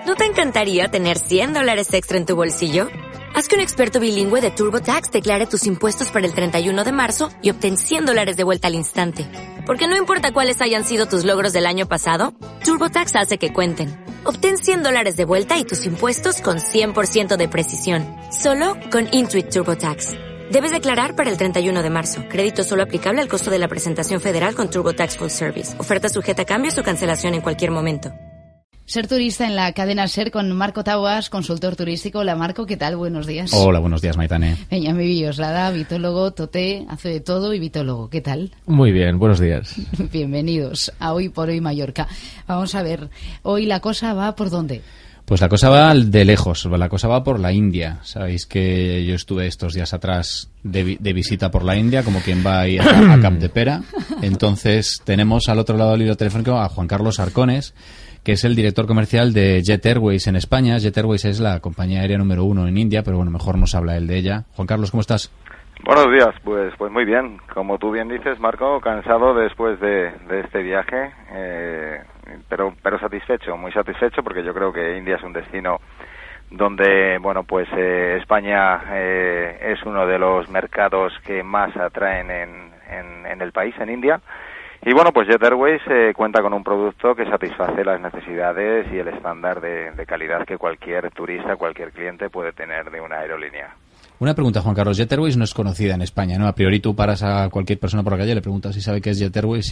¿No te encantaría tener $100 extra en tu bolsillo? Haz que un experto bilingüe de TurboTax declare tus impuestos para el 31 de marzo y obtén $100 de vuelta al instante. Porque no importa cuáles hayan sido tus logros del año pasado, TurboTax hace que cuenten. Obtén $100 de vuelta y tus impuestos con 100% de precisión. Solo con Intuit TurboTax. Debes declarar para el 31 de marzo. Crédito solo aplicable al costo de la presentación federal con TurboTax Full Service. Oferta sujeta a cambios o cancelación en cualquier momento. Ser turista en la cadena SER con Marco Tauas, consultor turístico. Hola Marco, ¿qué tal? Buenos días. Hola, buenos días, Maitane. Peña mi Villoslada, vitólogo, toté, hace de todo y vitólogo. ¿Qué tal? Muy bien, buenos días. Bienvenidos a Hoy por Hoy Mallorca. Vamos a ver, hoy la cosa va ¿por dónde? Pues la cosa va de lejos, la cosa va por la India. Sabéis que yo estuve estos días atrás de visita por la India, como quien va ahí a Capdepera. Entonces tenemos al otro lado del hilo telefónico a Juan Carlos Arcones, que es el director comercial de Jet Airways en España. Jet Airways es la compañía aérea número 1 en India, pero bueno, mejor nos habla él de ella. Juan Carlos, ¿cómo estás? Buenos días, pues muy bien. Como tú bien dices, Marco, cansado después de este viaje, pero satisfecho, muy satisfecho, porque yo creo que India es un destino donde, bueno, pues España es uno de los mercados que más atraen en el país, en India. Y bueno, pues Jet Airways cuenta con un producto que satisface las necesidades y el estándar de calidad que cualquier turista, cualquier cliente puede tener de una aerolínea. Una pregunta, Juan Carlos. Jet Airways no es conocida en España, ¿no? A priori tú paras a cualquier persona por la calle, le preguntas si sabe qué es Jet Airways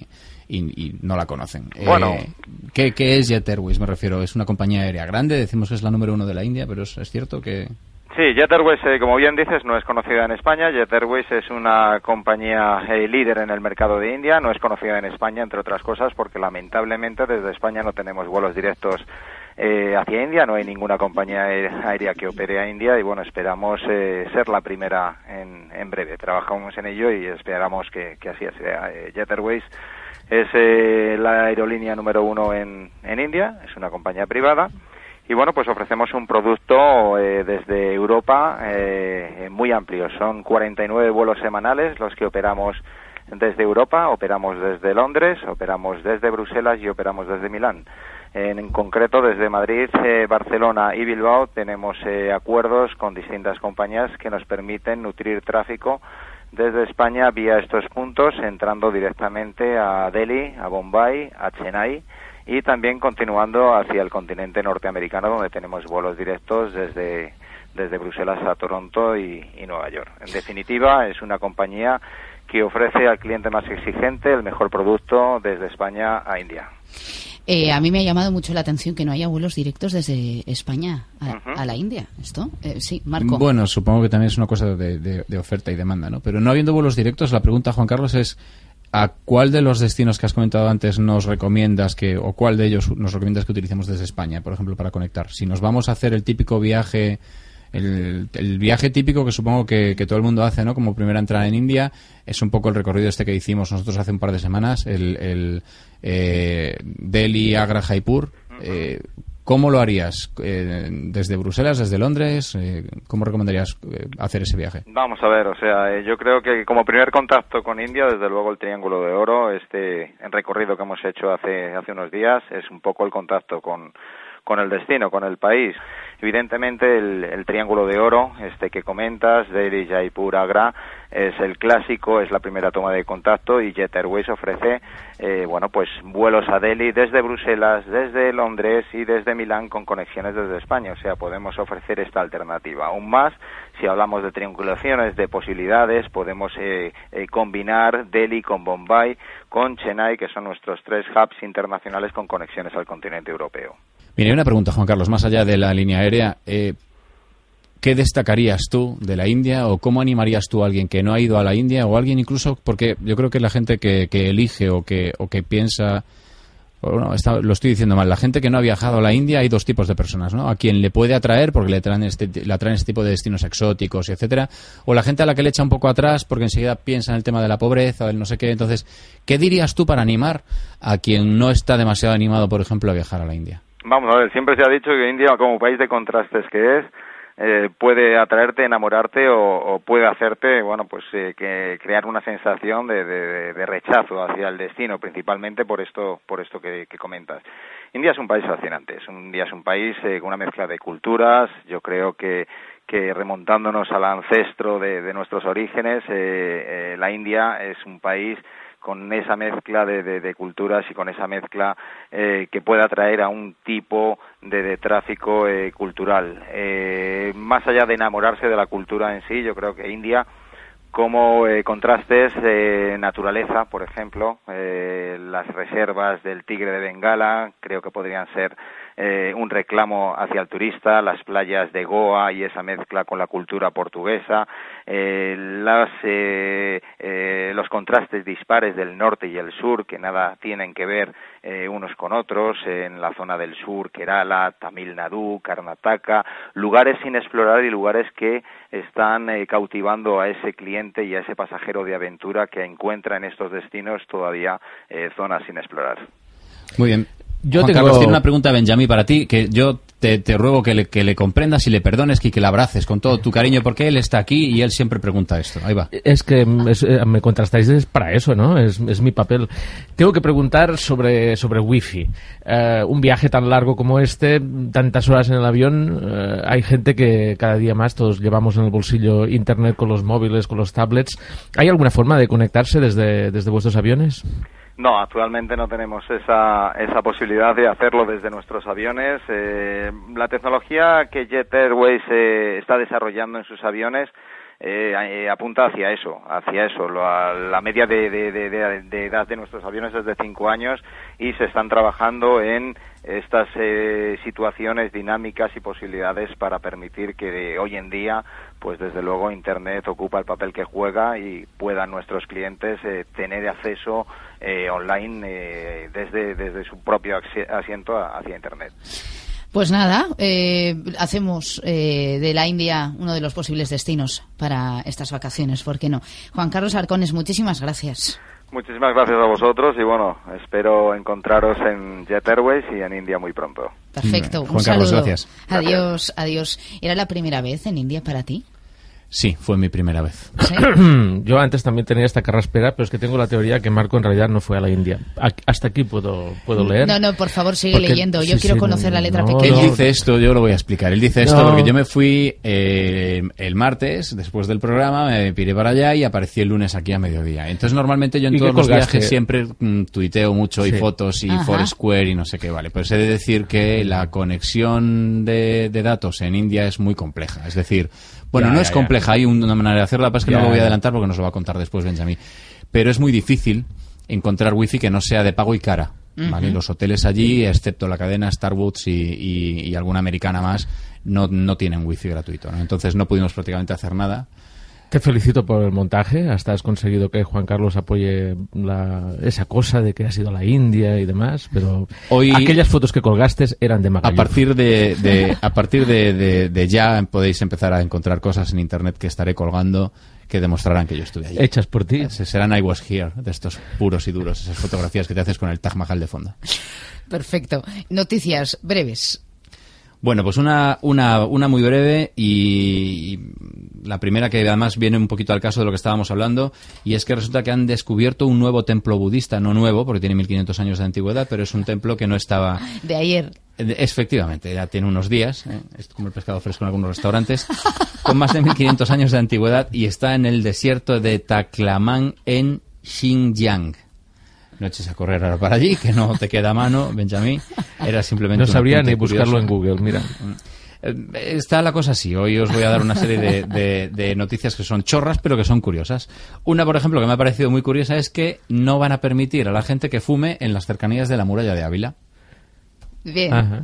y no la conocen. Bueno. ¿Qué es Jet Airways? Me refiero, es una compañía aérea grande, decimos que es la número 1 de la India, pero es cierto que... Sí, Jet Airways, como bien dices, no es conocida en España. Jet Airways es una compañía líder en el mercado de India. No es conocida en España, entre otras cosas, porque lamentablemente desde España no tenemos vuelos directos hacia India. No hay ninguna compañía aérea que opere a India y, bueno, esperamos ser la primera en breve. Trabajamos en ello y esperamos que así sea. Jet Airways es la aerolínea número 1 en India. Es una compañía privada. Y bueno, pues ofrecemos un producto desde Europa muy amplio. Son 49 vuelos semanales los que operamos desde Europa, operamos desde Londres, operamos desde Bruselas y operamos desde Milán. En concreto, desde Madrid, Barcelona y Bilbao tenemos acuerdos con distintas compañías que nos permiten nutrir tráfico desde España vía estos puntos, entrando directamente a Delhi, a Bombay, a Chennai, y también continuando hacia el continente norteamericano, donde tenemos vuelos directos desde Bruselas a Toronto y Nueva York. En definitiva, es una compañía que ofrece al cliente más exigente el mejor producto desde España a India. A mí me ha llamado mucho la atención que no haya vuelos directos desde España a la India. ¿Esto? Sí, Marco. Bueno, supongo que también es una cosa de oferta y demanda, ¿no? Pero no habiendo vuelos directos, la pregunta, Juan Carlos, es... ¿A cuál de los destinos que has comentado antes nos recomiendas o cuál de ellos nos recomiendas que utilicemos desde España, por ejemplo, para conectar? Si nos vamos a hacer el típico viaje, el viaje típico que supongo que todo el mundo hace, ¿no? Como primera entrada en India, es un poco el recorrido que hicimos nosotros hace un par de semanas, el Delhi, Agra, Jaipur. ¿Cómo lo harías? ¿Desde Bruselas, desde Londres? ¿Cómo recomendarías hacer ese viaje? Vamos a ver, o sea, yo creo que como primer contacto con India, desde luego el Triángulo de Oro, el recorrido que hemos hecho hace unos días, es un poco el contacto con el destino, con el país. Evidentemente el Triángulo de Oro, que comentas, Delhi, Jaipur, Agra, es el clásico, es la primera toma de contacto, y Jet Airways ofrece, pues vuelos a Delhi desde Bruselas, desde Londres y desde Milán con conexiones desde España. O sea, podemos ofrecer esta alternativa. Aún más, si hablamos de triangulaciones, de posibilidades, podemos combinar Delhi con Bombay, con Chennai, que son nuestros 3 hubs internacionales con conexiones al continente europeo. Mira, una pregunta, Juan Carlos, más allá de la línea aérea, ¿qué destacarías tú de la India o cómo animarías tú a alguien que no ha ido a la India o alguien incluso, porque yo creo que la gente que elige o que piensa, bueno, lo estoy diciendo mal, la gente que no ha viajado a la India, hay dos tipos de personas, ¿no? A quien le puede atraer porque le atraen este tipo de destinos exóticos, etcétera, o la gente a la que le echa un poco atrás porque enseguida piensa en el tema de la pobreza, del no sé qué. Entonces, ¿qué dirías tú para animar a quien no está demasiado animado, por ejemplo, a viajar a la India? Vamos a ver, siempre se ha dicho que India, como país de contrastes que es, puede atraerte, enamorarte o puede hacerte, bueno, pues que crear una sensación de rechazo hacia el destino, principalmente por esto que comentas. India es un país fascinante, India es un país con una mezcla de culturas. Yo creo que remontándonos al ancestro de nuestros orígenes, la India es un país con esa mezcla de culturas y con esa mezcla que puede atraer a un tipo de tráfico cultural. Más allá de enamorarse de la cultura en sí, yo creo que India, como contrastes, naturaleza, por ejemplo, las reservas del tigre de Bengala, creo que podrían ser un reclamo hacia el turista, las playas de Goa y esa mezcla con la cultura portuguesa, los contrastes dispares del norte y el sur, que nada tienen que ver unos con otros, en la zona del sur, Kerala, Tamil Nadu, Karnataka, lugares sin explorar y lugares que están cautivando a ese cliente y a ese pasajero de aventura que encuentra en estos destinos todavía zonas sin explorar. Muy bien. Juan Carlos, tiene una pregunta, Benjamín, para ti, que yo te ruego que le comprendas y le perdones y que le abraces con todo tu cariño, porque él está aquí y él siempre pregunta esto. Ahí va. Es que me contrastáis para eso, ¿no? Es mi papel. Tengo que preguntar sobre Wi-Fi. Un viaje tan largo como este, tantas horas en el avión, hay gente que cada día más todos llevamos en el bolsillo internet con los móviles, con los tablets. ¿Hay alguna forma de conectarse desde vuestros aviones? No, actualmente no tenemos esa posibilidad de hacerlo desde nuestros aviones. La tecnología que Jet Airways está desarrollando en sus aviones apunta hacia eso. La media de edad de nuestros aviones es de 5 años y se están trabajando en estas situaciones dinámicas y posibilidades para permitir que hoy en día, pues desde luego Internet ocupa el papel que juega y puedan nuestros clientes tener acceso online desde su propio asiento hacia Internet. Pues nada, hacemos de la India uno de los posibles destinos para estas vacaciones, ¿por qué no? Juan Carlos Arcones, muchísimas gracias. Muchísimas gracias a vosotros y bueno, espero encontraros en Jet Airways y en India muy pronto. Perfecto, Juan Carlos, saludo. Gracias. Adiós. ¿Era la primera vez en India para ti? Sí, fue mi primera vez. ¿Sí? Yo antes también tenía esta carraspera, pero es que tengo la teoría que Marco en realidad no fue a la India. Hasta aquí puedo leer. No, por favor, sigue leyendo. Yo quiero conocer la letra pequeña. Él dice esto, yo lo voy a explicar. Él dice esto porque yo me fui el martes, después del programa, me piré para allá y aparecí el lunes aquí a mediodía. Entonces, normalmente yo en todos los viajes siempre tuiteo mucho y fotos y Foursquare y no sé qué, vale. Pues he de decir que la conexión de datos en India es muy compleja. Es decir, bueno, no es compleja, hay una manera de hacerla, pero es que no lo voy a adelantar porque nos lo va a contar después Benjamín. Pero es muy difícil encontrar wifi que no sea de pago y cara, ¿vale? Los hoteles allí, excepto la cadena Starbucks y alguna americana más, no tienen wifi gratuito, ¿no? Entonces no pudimos prácticamente hacer nada. Te felicito por el montaje, hasta has conseguido que Juan Carlos apoye esa cosa de que has ido a la India y demás, pero hoy, aquellas fotos que colgaste eran de Magaluf. A partir de ya podéis empezar a encontrar cosas en internet que estaré colgando que demostrarán que yo estuve allí. Hechas por ti. Serán I was here, de estos puros y duros, esas fotografías que te haces con el Taj Mahal de fondo. Perfecto. Noticias breves. Bueno, pues una muy breve y la primera que además viene un poquito al caso de lo que estábamos hablando, y es que resulta que han descubierto un nuevo templo budista, no nuevo porque tiene 1500 años de antigüedad, pero es un templo que no estaba... De ayer. Efectivamente, ya tiene unos días, es como el pescado fresco en algunos restaurantes, con más de 1500 años de antigüedad y está en el desierto de Taklamakan en Xinjiang. No eches a correr ahora para allí, que no te queda a mano, Benjamín. Era simplemente no sabría ni curioso. Buscarlo en Google, mira. Está la cosa así. Hoy os voy a dar una serie de noticias que son chorras, pero que son curiosas. Una, por ejemplo, que me ha parecido muy curiosa es que no van a permitir a la gente que fume en las cercanías de la muralla de Ávila. Bien. Ajá.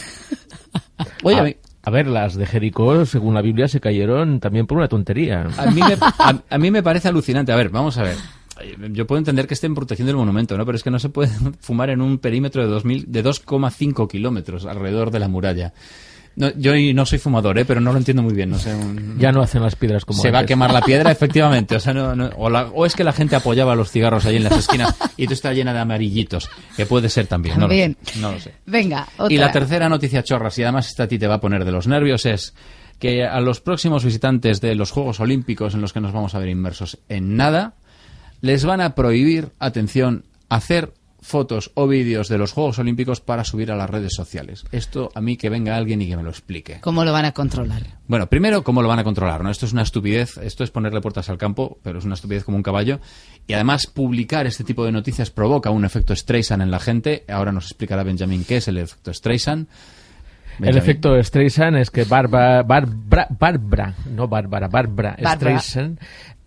Oye, a ver, las de Jericó, según la Biblia, se cayeron también por una tontería. A mí me parece alucinante. A ver, vamos a ver. Yo puedo entender que estén protegiendo el monumento, ¿no? Pero es que no se puede fumar en un perímetro de 2,5 kilómetros alrededor de la muralla. No, yo no soy fumador, pero no lo entiendo muy bien. No sé, ya no hacen las piedras como se antes. Va a quemar la piedra, efectivamente. O sea, o es que la gente apoyaba los cigarros ahí en las esquinas y tú estás llena de amarillitos, que puede ser también. No lo sé. Venga, otra. Y la tercera noticia chorra, si además esta a ti te va a poner de los nervios, es que a los próximos visitantes de los Juegos Olímpicos, en los que nos vamos a ver inmersos en nada, les van a prohibir, atención, hacer fotos o vídeos de los Juegos Olímpicos para subir a las redes sociales. Esto a mí que venga alguien y que me lo explique. ¿Cómo lo van a controlar? Bueno, primero, ¿cómo lo van a controlar? ¿No? Esto es una estupidez, esto es ponerle puertas al campo, pero es una estupidez como un caballo. Y además, publicar este tipo de noticias provoca un efecto Streisand en la gente. Ahora nos explicará Benjamín qué es el efecto Streisand. El efecto Streisand es que Barbra Streisand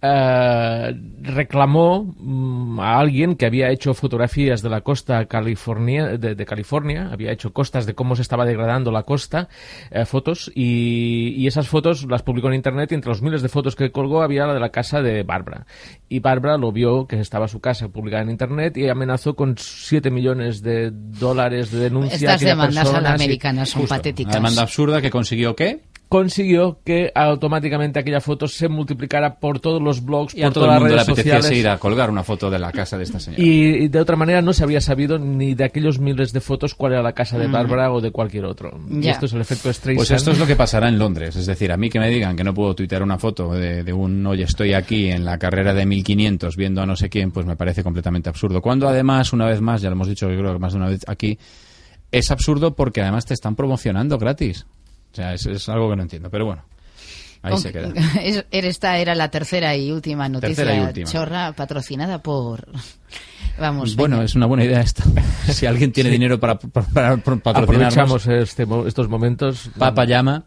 reclamó a alguien que había hecho fotografías de la costa de California, había hecho costas de cómo se estaba degradando la costa, fotos, y esas fotos las publicó en internet, y entre los miles de fotos que colgó había la de la casa de Barbra. Y Barbra lo vio, que estaba su casa publicada en internet, y amenazó con $7 millones de denuncia. Estas demandas a la americana son patéticas. Una demanda absurda que consiguió ¿qué? Consiguió que automáticamente aquella foto se multiplicara por todos los blogs, y por a todo todas el mundo las le redes apetecía sociales. ir a colgar una foto de la casa de esta señora. Y de otra manera no se había sabido ni de aquellos miles de fotos cuál era la casa de Bárbara o de cualquier otro. Y esto es el efecto Streisand. Pues esto es lo que pasará en Londres. Es decir, a mí que me digan que no puedo tuitear una foto de un oye, estoy aquí en la carrera de 1500 viendo a no sé quién, pues me parece completamente absurdo. Cuando además, una vez más, ya lo hemos dicho yo creo que más de una vez aquí, es absurdo porque además te están promocionando gratis. O sea, es algo que no entiendo, pero bueno. Ahí se queda. Esta era la tercera y última noticia chorra patrocinada por... Vamos. Bueno, es una buena idea esta. Si alguien tiene dinero para patrocinarnos. Aprovechamos estos momentos. Papa llama.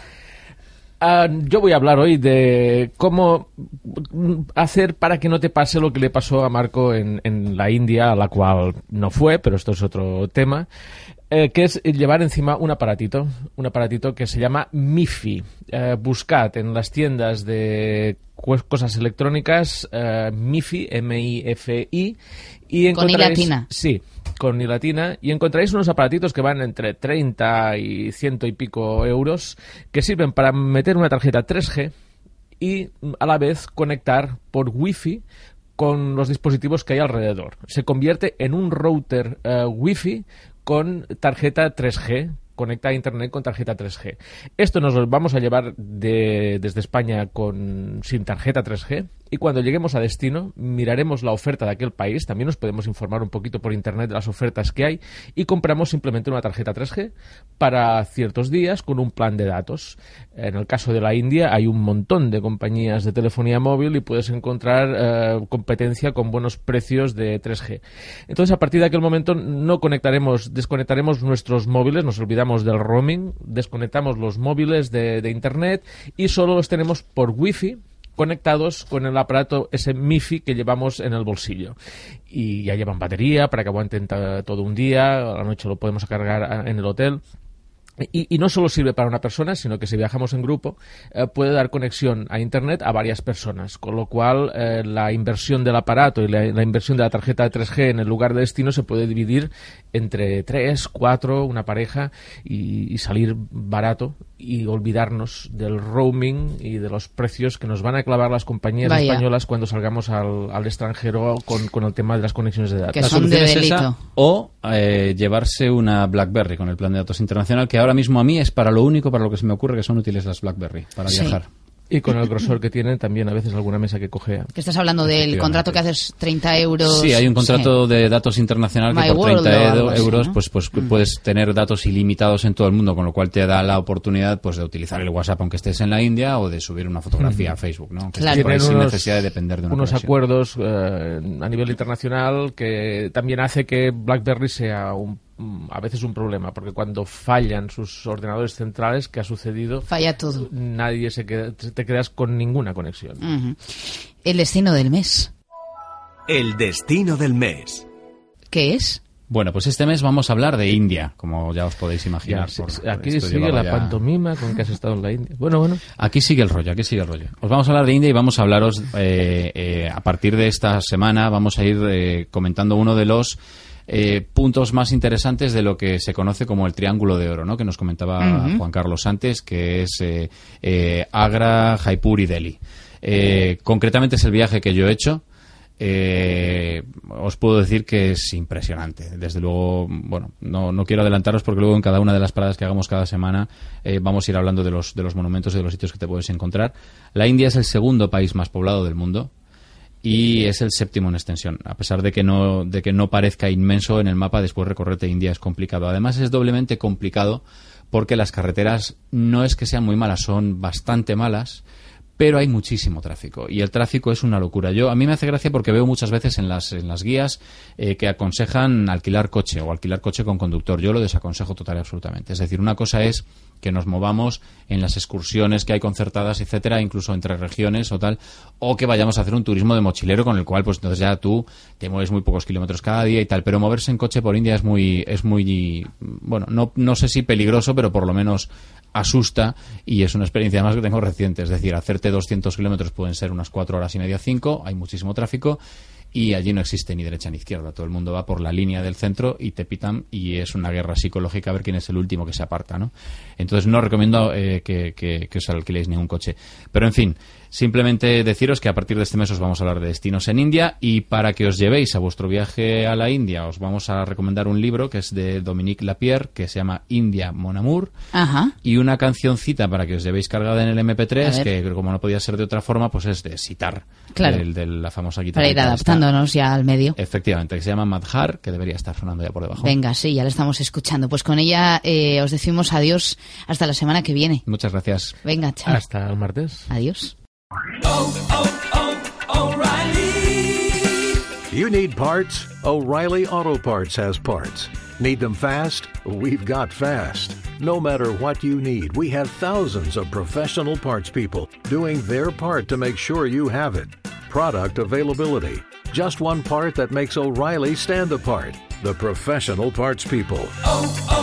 Yo voy a hablar hoy de cómo hacer para que no te pase lo que le pasó a Marco en la India, a la cual no fue, pero esto es otro tema. Que es llevar encima un aparatito que se llama MIFI. Buscad en las tiendas de cosas electrónicas MIFI, M-I-F-I, y encontraréis... ¿Con I latina? Sí, con I latina, y encontraréis unos aparatitos que van entre 30 y 100 y pico euros, que sirven para meter una tarjeta 3G y a la vez conectar por Wi-Fi con los dispositivos que hay alrededor. Se convierte en un router Wi-Fi con tarjeta 3G, conecta a internet con tarjeta 3G. Esto nos lo vamos a llevar desde España sin tarjeta 3G, y cuando lleguemos a destino miraremos la oferta de aquel país, también nos podemos informar un poquito por internet de las ofertas que hay, y compramos simplemente una tarjeta 3G para ciertos días con un plan de datos. En el caso de la India hay un montón de compañías de telefonía móvil y puedes encontrar competencia con buenos precios de 3G. Entonces, a partir de aquel momento desconectaremos nuestros móviles, nos olvidamos del roaming, desconectamos los móviles de internet y solo los tenemos por Wi-Fi conectados con el aparato ese MIFI que llevamos en el bolsillo. Y ya llevan batería para que aguanten todo un día, a la noche lo podemos cargar en el hotel. Y no solo sirve para una persona, sino que si viajamos en grupo puede dar conexión a internet a varias personas, con lo cual la inversión del aparato y la inversión de la tarjeta de 3G en el lugar de destino se puede dividir entre 3, 4, una pareja, y salir barato y olvidarnos del roaming y de los precios que nos van a clavar las compañías españolas cuando salgamos al extranjero con el tema de las conexiones de datos. Que son de delito. Esa, o llevarse una BlackBerry con el plan de datos internacional, que ahora mismo a mí es para lo único para lo que se me ocurre que son útiles las BlackBerry, para viajar. Y con el grosor que tienen, también a veces alguna mesa que cojea. ¿Qué estás hablando del contrato que haces 30 euros? Sí, hay un contrato de datos internacional que por 30 euros así, ¿no? pues puedes tener datos ilimitados en todo el mundo, con lo cual te da la oportunidad pues de utilizar el WhatsApp aunque estés en la India, o de subir una fotografía a Facebook, ¿no? Claro. Por ahí sin necesidad de depender de una unos conexión. Acuerdos a nivel internacional que también hace que BlackBerry sea a veces un problema, porque cuando fallan sus ordenadores centrales, ¿qué ha sucedido? Falla todo. Nadie te quedas con ninguna conexión. El destino del mes. El destino del mes. ¿Qué es? Bueno, pues este mes vamos a hablar de India, como ya os podéis imaginar. Aquí sigue la pantomima con que has estado en la India. Bueno. Aquí sigue el rollo. Os vamos a hablar de India y vamos a hablaros, a partir de esta semana, vamos a ir comentando uno de los puntos más interesantes de lo que se conoce como el Triángulo de Oro, ¿no? Que nos comentaba Juan Carlos antes, que es Agra, Jaipur y Delhi. Concretamente es el viaje que yo he hecho. os puedo decir que es impresionante. Desde luego, bueno, no quiero adelantaros porque luego en cada una de las paradas que hagamos cada semana vamos a ir hablando de los monumentos y de los sitios que te puedes encontrar. La India es el segundo país más poblado del mundo y es el 7º en extensión. A pesar de que no parezca inmenso en el mapa, después recorrerte India es complicado. Además es doblemente complicado porque las carreteras no es que sean muy malas, son bastante malas, pero hay muchísimo tráfico y el tráfico es una locura. A mí me hace gracia porque veo muchas veces en las guías que aconsejan alquilar coche o alquilar coche con conductor. Yo lo desaconsejo total y absolutamente. Es decir, una cosa es que nos movamos en las excursiones que hay concertadas, etcétera, incluso entre regiones o tal, o que vayamos a hacer un turismo de mochilero con el cual pues entonces ya tú te mueves muy pocos kilómetros cada día y tal, pero moverse en coche por India es muy bueno, no sé si peligroso, pero por lo menos asusta y es una experiencia además que tengo reciente. Es decir, hacerte 200 kilómetros pueden ser unas 4 horas y media, 5, hay muchísimo tráfico y allí no existe ni derecha ni izquierda, todo el mundo va por la línea del centro y te pitan y es una guerra psicológica a ver quién es el último que se aparta, ¿no? Entonces no recomiendo que os alquiléis ningún coche, pero en fin, simplemente deciros que a partir de este mes os vamos a hablar de destinos en India y para que os llevéis a vuestro viaje a la India os vamos a recomendar un libro que es de Dominique Lapierre que se llama India Mon Amour. Ajá. Y una cancioncita para que os llevéis cargada en el MP3 que como no podía ser de otra forma pues es de Sitar, claro, de la famosa guitarra. Para ir adaptándonos ya al medio. Efectivamente, que se llama Madhar, que debería estar sonando ya por debajo. Venga, sí, ya la estamos escuchando. Pues con ella os decimos adiós hasta la semana que viene. Muchas gracias. Venga, chao. Hasta el martes. Adiós. You need parts? O'Reilly Auto Parts has parts. Need them fast? We've got fast. No matter what you need, we have thousands of professional parts people doing their part to make sure you have it. Product availability. Just one part that makes O'Reilly stand apart. The professional parts people.